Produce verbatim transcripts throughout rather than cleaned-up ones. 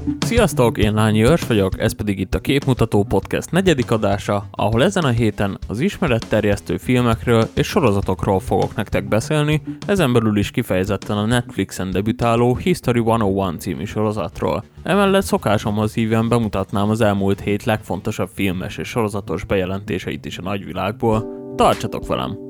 Sziasztok, én Lányi Őrs vagyok, ez pedig itt a Képmutató Podcast negyedik adása, ahol ezen a héten az ismeretterjesztő filmekről és sorozatokról fogok nektek beszélni, ezen belül is kifejezetten a Netflixen debütáló History száz című sorozatról. Emellett szokásomhoz híven bemutatnám az elmúlt hét legfontosabb filmes és sorozatos bejelentéseit is a nagyvilágból. Tartsatok velem!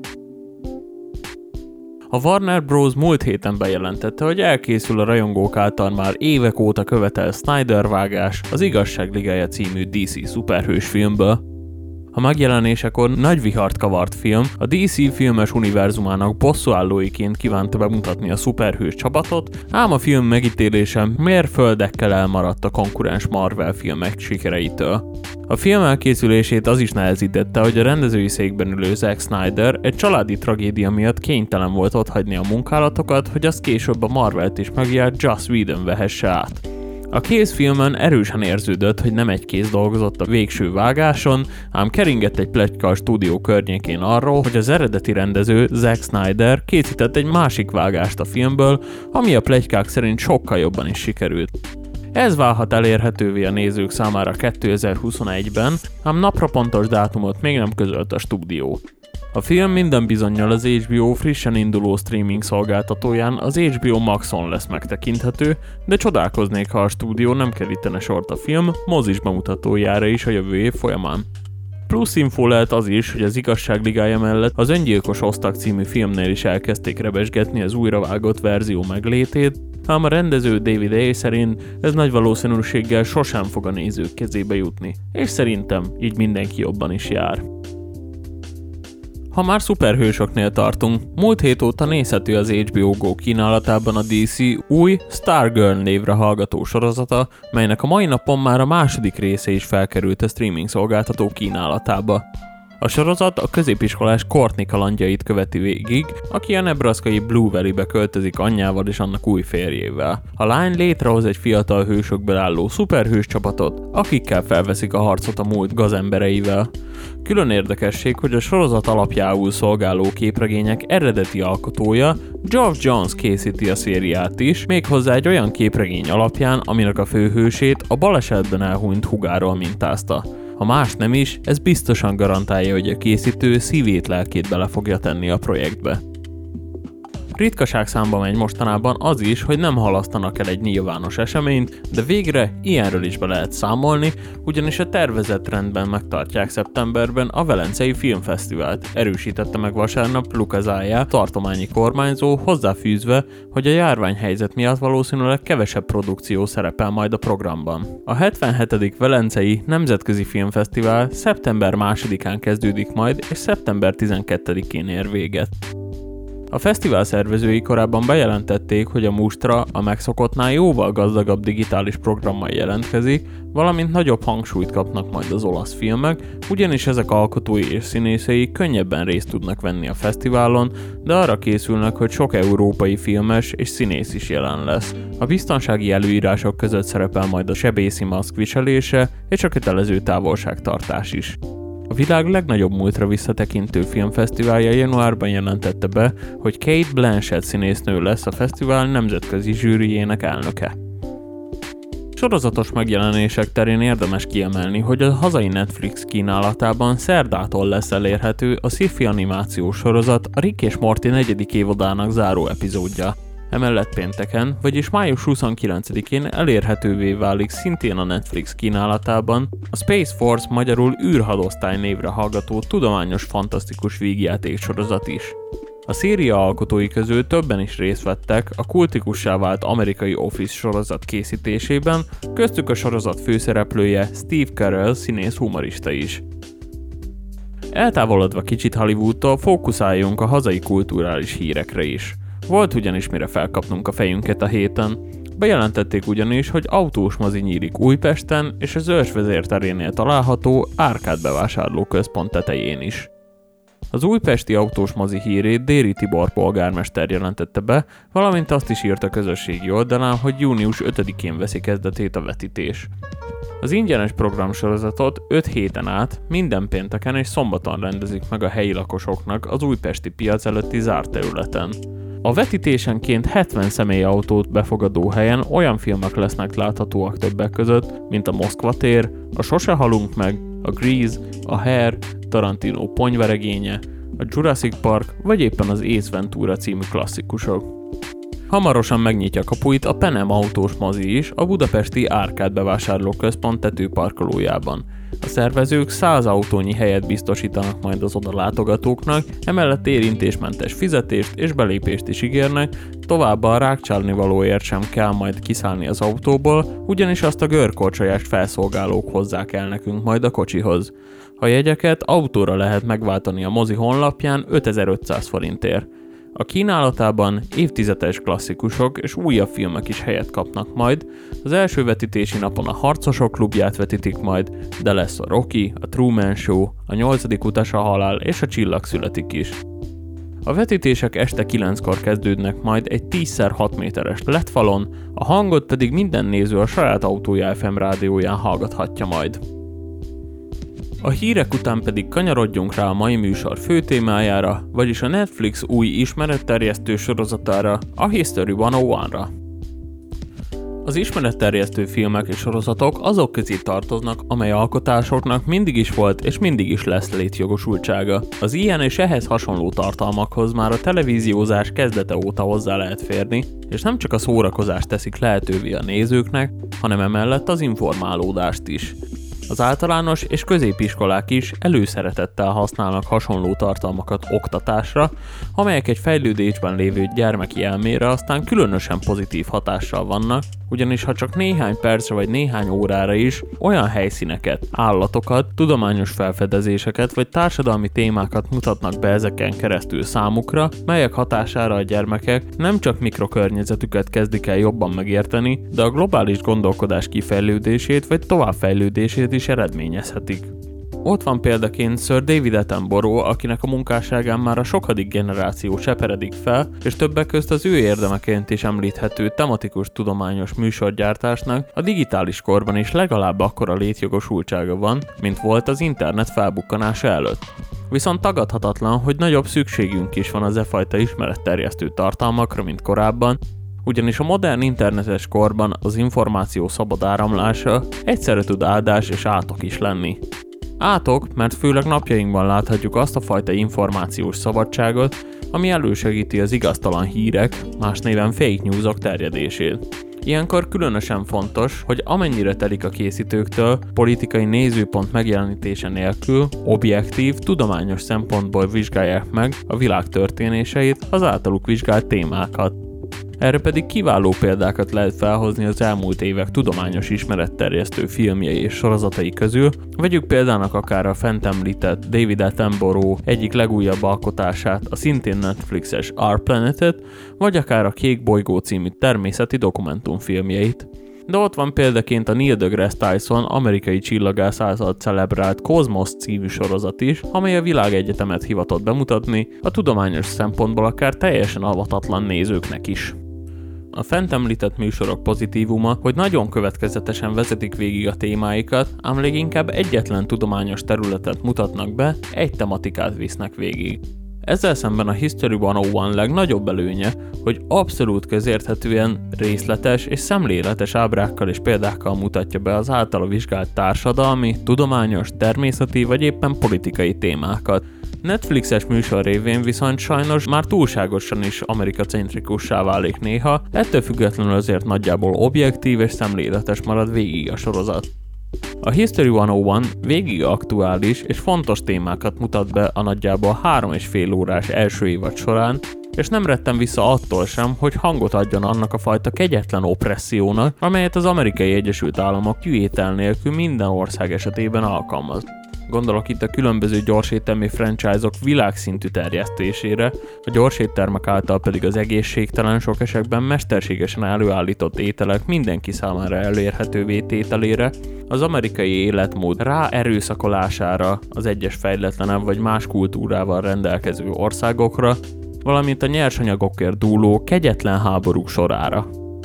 A Warner Bros. Múlt héten bejelentette, hogy elkészül a rajongók által már évek óta követelt Snyder vágás, az Igazság Ligája című dé cé szuperhős filmből. A megjelenésekor nagy vihart kavart film, a dé cé filmes univerzumának bosszúállóiként kívánta bemutatni a szuperhős csapatot, ám a film megítélése mérföldekkel elmaradt a konkurens Marvel filmek sikereitől. A film elkészülését az is nehezítette, hogy a rendezői székben ülő Zack Snyder egy családi tragédia miatt kénytelen volt otthagyni a munkálatokat, hogy azt később a Marvelt is megjárt Joss Whedon vehesse át. A készfilmen erősen érződött, hogy nem egy kéz dolgozott a végső vágáson, ám keringett egy pletyka a stúdió környékén arról, hogy az eredeti rendező Zack Snyder készített egy másik vágást a filmből, ami a pletykák szerint sokkal jobban is sikerült. Ez válhat elérhetővé a nézők számára kétezer-huszonegyben, ám napra pontos dátumot még nem közölt a stúdió. A film minden bizonnyal az há bé o frissen induló streaming szolgáltatóján, az há bé o Maxon lesz megtekinthető, de csodálkoznék, ha a stúdió nem kerítene sort a film mozis bemutatójára is a jövő év folyamán. Plusz info lehet az is, hogy az Igazság Ligája mellett az Öngyilkos Osztag című filmnél is elkezdték rebesgetni az újravágott verzió meglétét, ám a rendező David Ayer szerint ez nagy valószínűséggel sosem fog a nézők kezébe jutni, és szerintem így mindenki jobban is jár. Ha már szuperhősöknél tartunk, múlt hét óta nézhető az há bé o Go kínálatában a dé cé új Stargirl névre hallgató sorozata, melynek a mai napon már a második része is felkerült a streaming szolgáltató kínálatába. A sorozat a középiskolás Courtney kalandjait követi végig, aki a nebraskai Blue Valley-be költözik anyjával és annak új férjével. A lány létrehoz egy fiatal hősökből álló szuperhős csapatot, akikkel felveszik a harcot a múlt gazembereivel. Külön érdekesség, hogy a sorozat alapjául szolgáló képregények eredeti alkotója, Geoff Johns készíti a szériát is, méghozzá egy olyan képregény alapján, aminek a főhősét a balesetben elhunyt húgáról mintázta. Ha más nem is, ez biztosan garantálja, hogy a készítő szívét-lelkét bele fogja tenni a projektbe. Ritkaság számba megy mostanában az is, hogy nem halasztanak el egy nyilvános eseményt, de végre ilyenről is be lehet számolni, ugyanis a tervezett rendben megtartják szeptemberben a Velencei Filmfesztivált, erősítette meg vasárnap Luca Zaia, tartományi kormányzó, hozzáfűzve, hogy a járványhelyzet miatt valószínűleg kevesebb produkció szerepel majd a programban. A hetvenhetedik Velencei Nemzetközi Filmfesztivál szeptember másodikán kezdődik majd, és szeptember tizenkettedikén ér véget. A fesztivál szervezői korábban bejelentették, hogy a mustra a megszokottnál jóval gazdagabb digitális programmal jelentkezik, valamint nagyobb hangsúlyt kapnak majd az olasz filmek, ugyanis ezek alkotói és színészei könnyebben részt tudnak venni a fesztiválon, de arra készülnek, hogy sok európai filmes és színész is jelen lesz. A biztonsági előírások között szerepel majd a sebészi maszk viselése és a kötelező távolságtartás is. A világ legnagyobb múltra visszatekintő filmfesztiválja januárban jelentette be, hogy Cate Blanchett színésznő lesz a fesztivál nemzetközi zsűrijének elnöke. Sorozatos megjelenések terén érdemes kiemelni, hogy a hazai Netflix kínálatában szerdától lesz elérhető a sci-fi animációs sorozat a Rick és Morty negyedik évadának záró epizódja. Emellett pénteken, vagyis május huszonkilencedikén elérhetővé válik szintén a Netflix kínálatában a Space Force, magyarul űrhadosztály névre hallgató tudományos fantasztikus vígjáték sorozat is. A széria alkotói közül többen is részt vettek a kultikussá vált amerikai Office sorozat készítésében, köztük a sorozat főszereplője Steve Carell színész humorista is. Eltávolodva kicsit Hollywoodtól, fókuszáljunk a hazai kulturális hírekre is. Volt ugyanis mire felkapnunk a fejünket a héten. Bejelentették ugyanis, hogy autós mozi nyílik Újpesten és az Őrs vezérterénél található Árkád bevásárlóközpont tetején is. Az újpesti autós mozi hírét Déri Tibor polgármester jelentette be, valamint azt is írt a közösségi oldalán, hogy június ötödikén veszi kezdetét a vetítés. Az ingyenes programsorozatot öt héten át minden pénteken és szombaton rendezik meg a helyi lakosoknak az újpesti piac előtti zárt területen. A vetítésenként hetven személyautót befogadó helyen olyan filmek lesznek láthatóak többek között, mint a Moszkva tér, a Sose halunk meg, a Grease, a Hair, Tarantino ponyveregénye, a Jurassic Park vagy éppen az Ace Ventura című klasszikusok. Hamarosan megnyitja kapuit a Penem autós mozi is a budapesti Árkád bevásárlóközpont tetőparkolójában. A szervezők száz autónyi helyet biztosítanak majd az oda látogatóknak, emellett érintésmentes fizetést és belépést is ígérnek, továbbá a rákcsálni valóért sem kell majd kiszállni az autóból, ugyanis azt a görkorcsolyást felszolgálók hozzák el nekünk majd a kocsihoz. A jegyeket autóra lehet megváltani a mozi honlapján ötezer-ötszáz forintért. A kínálatában évtizedes klasszikusok és újabb filmek is helyet kapnak majd, az első vetítési napon a Harcosok klubját vetítik majd, de lesz a Rocky, a Truman Show, a Nyolcadik utas a halál és a Csillag születik is. A vetítések este kilenckor kezdődnek majd egy tíz szer hat méteres el é dé falon, a hangot pedig minden néző a saját autója ef em rádióján hallgathatja majd. A hírek után pedig kanyarodjunk rá a mai műsor főtémájára, vagyis a Netflix új ismeretterjesztő sorozatára, a History százegyre. Az ismeretterjesztő filmek és sorozatok azok közé tartoznak, amely alkotásoknak mindig is volt és mindig is lesz létjogosultsága. Az ilyen és ehhez hasonló tartalmakhoz már a televíziózás kezdete óta hozzá lehet férni, és nem csak a szórakozást teszik lehetővé a nézőknek, hanem emellett az informálódást is. Az általános és középiskolák is előszeretettel használnak hasonló tartalmakat oktatásra, amelyek egy fejlődésben lévő gyermeki elmére aztán különösen pozitív hatással vannak, ugyanis ha csak néhány percre vagy néhány órára is olyan helyszíneket, állatokat, tudományos felfedezéseket vagy társadalmi témákat mutatnak be ezeken keresztül számukra, melyek hatására a gyermekek nem csak mikrokörnyezetüket kezdik el jobban megérteni, de a globális gondolkodás kifejlődését vagy továbbfejlődését is eredményezhetik. Ott van példaként Sir David Attenborough, akinek a munkásságán már a sokadik generáció seperedik fel, és többek közt az ő érdemeként is említhető tematikus tudományos műsorgyártásnak a digitális korban is legalább akkora létjogosultsága van, mint volt az internet felbukkanása előtt. Viszont tagadhatatlan, hogy nagyobb szükségünk is van az e fajta ismeretterjesztő tartalmakra, mint korábban, ugyanis a modern internetes korban az információ szabad áramlása egyszerre tud áldás és átok is lenni. Átok, mert főleg napjainkban láthatjuk azt a fajta információs szabadságot, ami elősegíti az igaztalan hírek, más néven fake newsok terjedését. Ilyenkor különösen fontos, hogy amennyire telik a készítőktől, politikai nézőpont megjelenítése nélkül, objektív, tudományos szempontból vizsgálják meg a világ történéseit, az általuk vizsgált témákat. Erre pedig kiváló példákat lehet felhozni az elmúlt évek tudományos ismeretterjesztő filmjei és sorozatai közül, vegyük példának akár a fent említett David Attenborough egyik legújabb alkotását, a szintén Netflixes Our Planet-et, vagy akár a Kék bolygó című természeti dokumentumfilmjeit. De ott van példaként a Neil deGrasse Tyson amerikai csillagász által celebrált Cosmos című sorozat is, amely a világegyetemet hivatott bemutatni, a tudományos szempontból akár teljesen avatatlan nézőknek is. A fent említett műsorok pozitívuma, hogy nagyon következetesen vezetik végig a témáikat, ám leginkább egyetlen tudományos területet mutatnak be, egy tematikát visznek végig. Ezzel szemben a History százegy legnagyobb előnye, hogy abszolút közérthetően részletes és szemléletes ábrákkal és példákkal mutatja be az általa vizsgált társadalmi, tudományos, természeti vagy éppen politikai témákat. Netflixes műsor révén viszont sajnos már túlságosan is amerikacentrikussá válik néha, ettől függetlenül azért nagyjából objektív és szemléletes marad végig a sorozat. A History százegy végig aktuális és fontos témákat mutat be a nagyjából három és fél órás első évad során, és nem retten vissza attól sem, hogy hangot adjon annak a fajta kegyetlen opressziónak, amelyet az Amerikai Egyesült Államok kivétel nélkül minden ország esetében alkalmaz. Gondolok itt a különböző gyorséttermi franchise-ok világszintű terjesztésére, a gyorséttermek által pedig az egészségtelen, sok esetben mesterségesen előállított ételek mindenki számára elérhetővé tételére, az amerikai életmód ráerőszakolására az egyes fejletlenebb vagy más kultúrával rendelkező országokra, valamint a nyersanyagokért dúló kegyetlen háborúk sorára.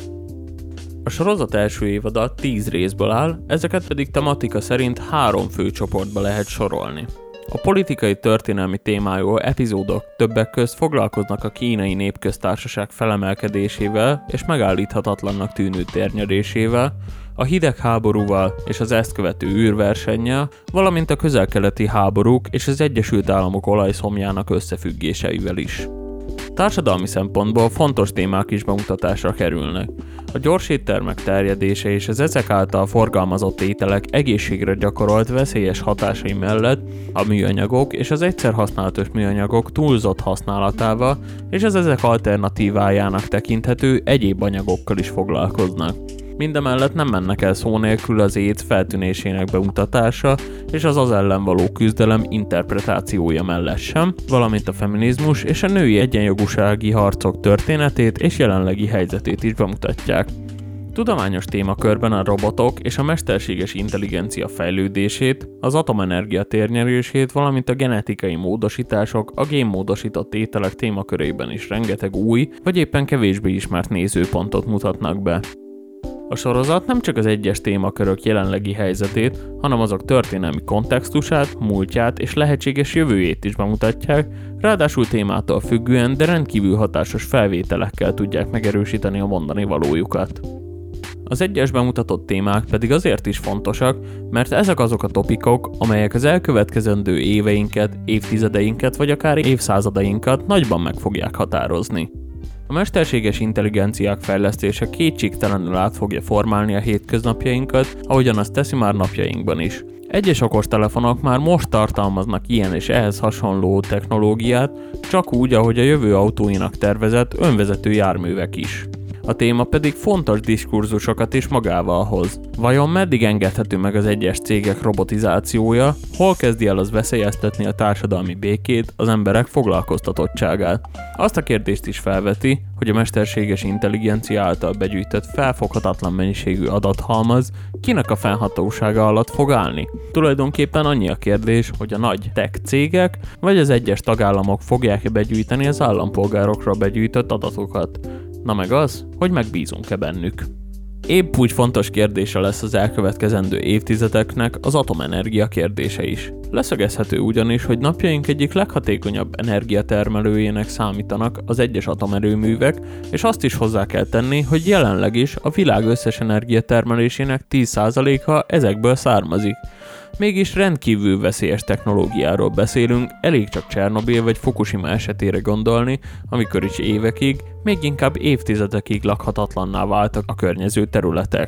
A sorozat első évada tíz részből áll, ezeket pedig tematika szerint három fő csoportba lehet sorolni. A politikai történelmi témájú epizódok többek közt foglalkoznak a Kínai Népköztársaság felemelkedésével és megállíthatatlannak tűnő térnyerésével, a hidegháborúval és az ezt követő űrversennyel, valamint a közel-keleti háborúk és az Egyesült Államok olajszomjának összefüggéseivel is. Társadalmi szempontból fontos témák is bemutatásra kerülnek. A gyors éttermek terjedése és az ezek által forgalmazott ételek egészségre gyakorolt veszélyes hatásai mellett a műanyagok és az egyszer használatos műanyagok túlzott használatával és az ezek alternatívájának tekinthető egyéb anyagokkal is foglalkoznak. Mindemellett nem mennek el szó nélkül az AIDS feltűnésének bemutatása és az az ellen való küzdelem interpretációja mellett sem, valamint a feminizmus és a női egyenjogúsági harcok történetét és jelenlegi helyzetét is bemutatják. Tudományos témakörben a robotok és a mesterséges intelligencia fejlődését, az atomenergia térnyerését, valamint a genetikai módosítások, a génmódosított ételek témakörében is rengeteg új, vagy éppen kevésbé ismert nézőpontot mutatnak be. A sorozat nem csak az egyes témakörök jelenlegi helyzetét, hanem azok történelmi kontextusát, múltját és lehetséges jövőjét is bemutatják, ráadásul témától függően, de rendkívül hatásos felvételekkel tudják megerősíteni a mondani valójukat. Az egyes bemutatott témák pedig azért is fontosak, mert ezek azok a topikok, amelyek az elkövetkezendő éveinket, évtizedeinket vagy akár évszázadainkat nagyban meg fogják határozni. A mesterséges intelligenciák fejlesztése kétségtelenül át fogja formálni a hétköznapjainkat, ahogyan azt teszi már napjainkban is. Egyes okostelefonok már most tartalmaznak ilyen és ehhez hasonló technológiát, csak úgy, ahogy a jövő autóinak tervezett önvezető járművek is. A téma pedig fontos diskurzusokat is magával hoz. Vajon meddig engedhető meg az egyes cégek robotizációja, hol kezdi el az veszélyeztetni a társadalmi békét, az emberek foglalkoztatottságát? Azt a kérdést is felveti, hogy a mesterséges intelligencia által begyűjtött felfoghatatlan mennyiségű adathalmaz kinek a fennhatósága alatt fog állni. Tulajdonképpen annyi a kérdés, hogy a nagy tech cégek vagy az egyes tagállamok fogják-e begyűjteni az állampolgárokra begyűjtött adatokat. Na meg az, hogy megbízunk-e bennük. Épp úgy fontos kérdése lesz az elkövetkezendő évtizedeknek az atomenergia kérdése is. Leszögezhető ugyanis, hogy napjaink egyik leghatékonyabb energiatermelőjének számítanak az egyes atomerőművek, és azt is hozzá kell tenni, hogy jelenleg is a világ összes energiatermelésének tíz százaléka ezekből származik. Mégis rendkívül veszélyes technológiáról beszélünk, elég csak Csernobil vagy Fukushima esetére gondolni, amikor is évekig, még inkább évtizedekig lakhatatlanná váltak a környező területek.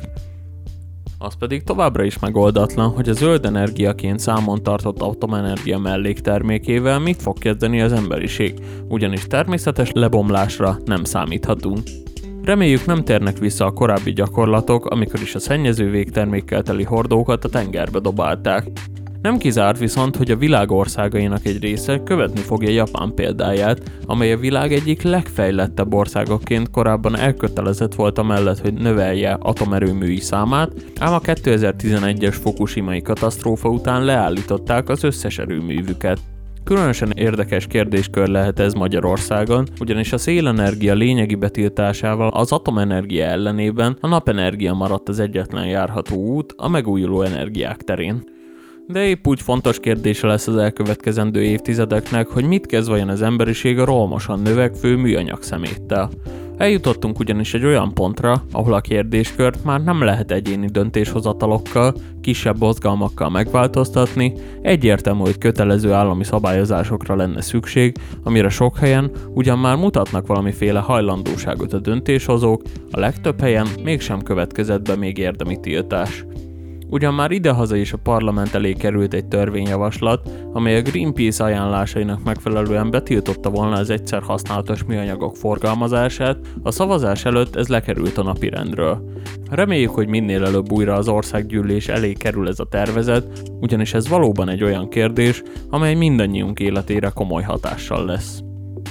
Az pedig továbbra is megoldatlan, hogy a zöld energiaként számon tartott atomenergia melléktermékével mit fog kezdeni az emberiség, ugyanis természetes lebomlásra nem számíthatunk. Reméljük nem térnek vissza a korábbi gyakorlatok, amikor is a szennyező végtermékkel teli hordókat a tengerbe dobálták. Nem kizárt viszont, hogy a világ országainak egy része követni fogja Japán példáját, amely a világ egyik legfejlettebb országokként korábban elkötelezett volt amellett, hogy növelje atomerőműi számát, ám a kétezer-tizenegyes Fukushimai katasztrófa után leállították az összes erőművüket. Különösen érdekes kérdéskör lehet ez Magyarországon, ugyanis a szélenergia lényegi betiltásával az atomenergia ellenében a napenergia maradt az egyetlen járható út a megújuló energiák terén. De épp úgy fontos kérdése lesz az elkövetkezendő évtizedeknek, hogy mit kezd vajon az emberiség a rohamosan növekvő műanyag szeméttel. Eljutottunk ugyanis egy olyan pontra, ahol a kérdéskört már nem lehet egyéni döntéshozatalokkal, kisebb mozgalmakkal megváltoztatni, egyértelmű, hogy kötelező állami szabályozásokra lenne szükség, amire sok helyen ugyan már mutatnak valamiféle hajlandóságot a döntéshozók, a legtöbb helyen mégsem következett be még érdemi tiltás. Ugyan már idehaza is a parlament elé került egy törvényjavaslat, amely a Greenpeace ajánlásainak megfelelően betiltotta volna az egyszer használatos műanyagok forgalmazását, a szavazás előtt ez lekerült a napirendről. Reméljük, hogy minél előbb újra az országgyűlés elé kerül ez a tervezet, ugyanis ez valóban egy olyan kérdés, amely mindannyiunk életére komoly hatással lesz.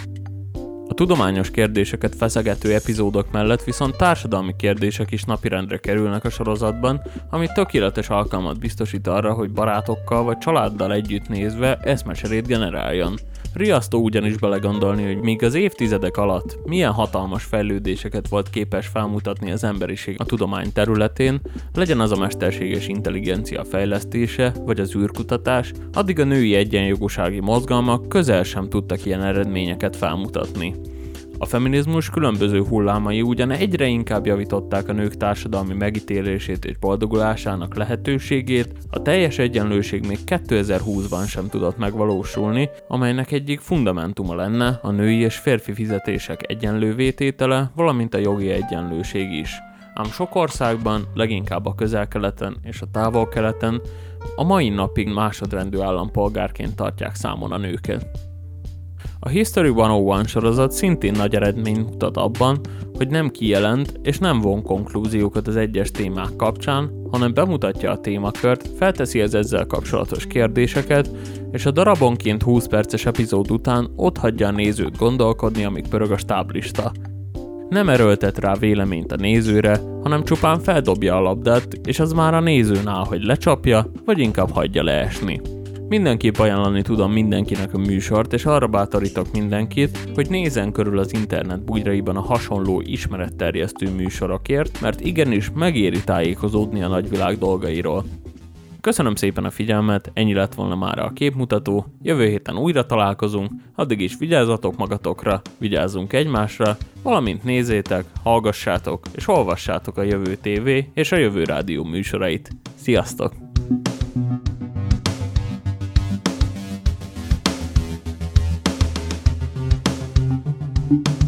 A tudományos kérdéseket feszegető epizódok mellett viszont társadalmi kérdések is napirendre kerülnek a sorozatban, ami tökéletes alkalmat biztosít arra, hogy barátokkal vagy családdal együtt nézve eszmecserét generáljon. Riasztó ugyanis belegondolni, hogy míg az évtizedek alatt milyen hatalmas fejlődéseket volt képes felmutatni az emberiség a tudomány területén, legyen az a mesterséges intelligencia fejlesztése vagy az űrkutatás, addig a női egyenjogúsági mozgalmak közel sem tudtak ilyen eredményeket felmutatni. A feminizmus különböző hullámai ugyan egyre inkább javították a nők társadalmi megítélését és boldogulásának lehetőségét, a teljes egyenlőség még kétezer-húszban sem tudott megvalósulni, amelynek egyik fundamentuma lenne a női és férfi fizetések egyenlővé tétele, valamint a jogi egyenlőség is. Ám sok országban, leginkább a Közel-Keleten és a Távol-Keleten a mai napig másodrendű állampolgárként tartják számon a nőket. A History száz egy sorozat szintén nagy eredményt mutat abban, hogy nem kijelent és nem von konklúziókat az egyes témák kapcsán, hanem bemutatja a témakört, felteszi az ezzel kapcsolatos kérdéseket, és a darabonként húsz perces epizód után otthagyja a nézőt gondolkodni, amíg pörög a stáblista. Nem erőltet rá véleményt a nézőre, hanem csupán feldobja a labdát, és az már a nézőn áll, hogy lecsapja, vagy inkább hagyja leesni. Mindenképp ajánlani tudom mindenkinek a műsort, és arra bátorítok mindenkit, hogy nézzen körül az internet bugyraiban a hasonló ismeretterjesztő műsorokért, mert igenis megéri tájékozódni a nagyvilág dolgairól. Köszönöm szépen a figyelmet, ennyi lett volna már a képmutató, jövő héten újra találkozunk, addig is vigyázzatok magatokra, vigyázzunk egymásra, valamint nézzétek, hallgassátok és olvassátok a Jövő té vé és a Jövő Rádió műsorait. Sziasztok! Thank you.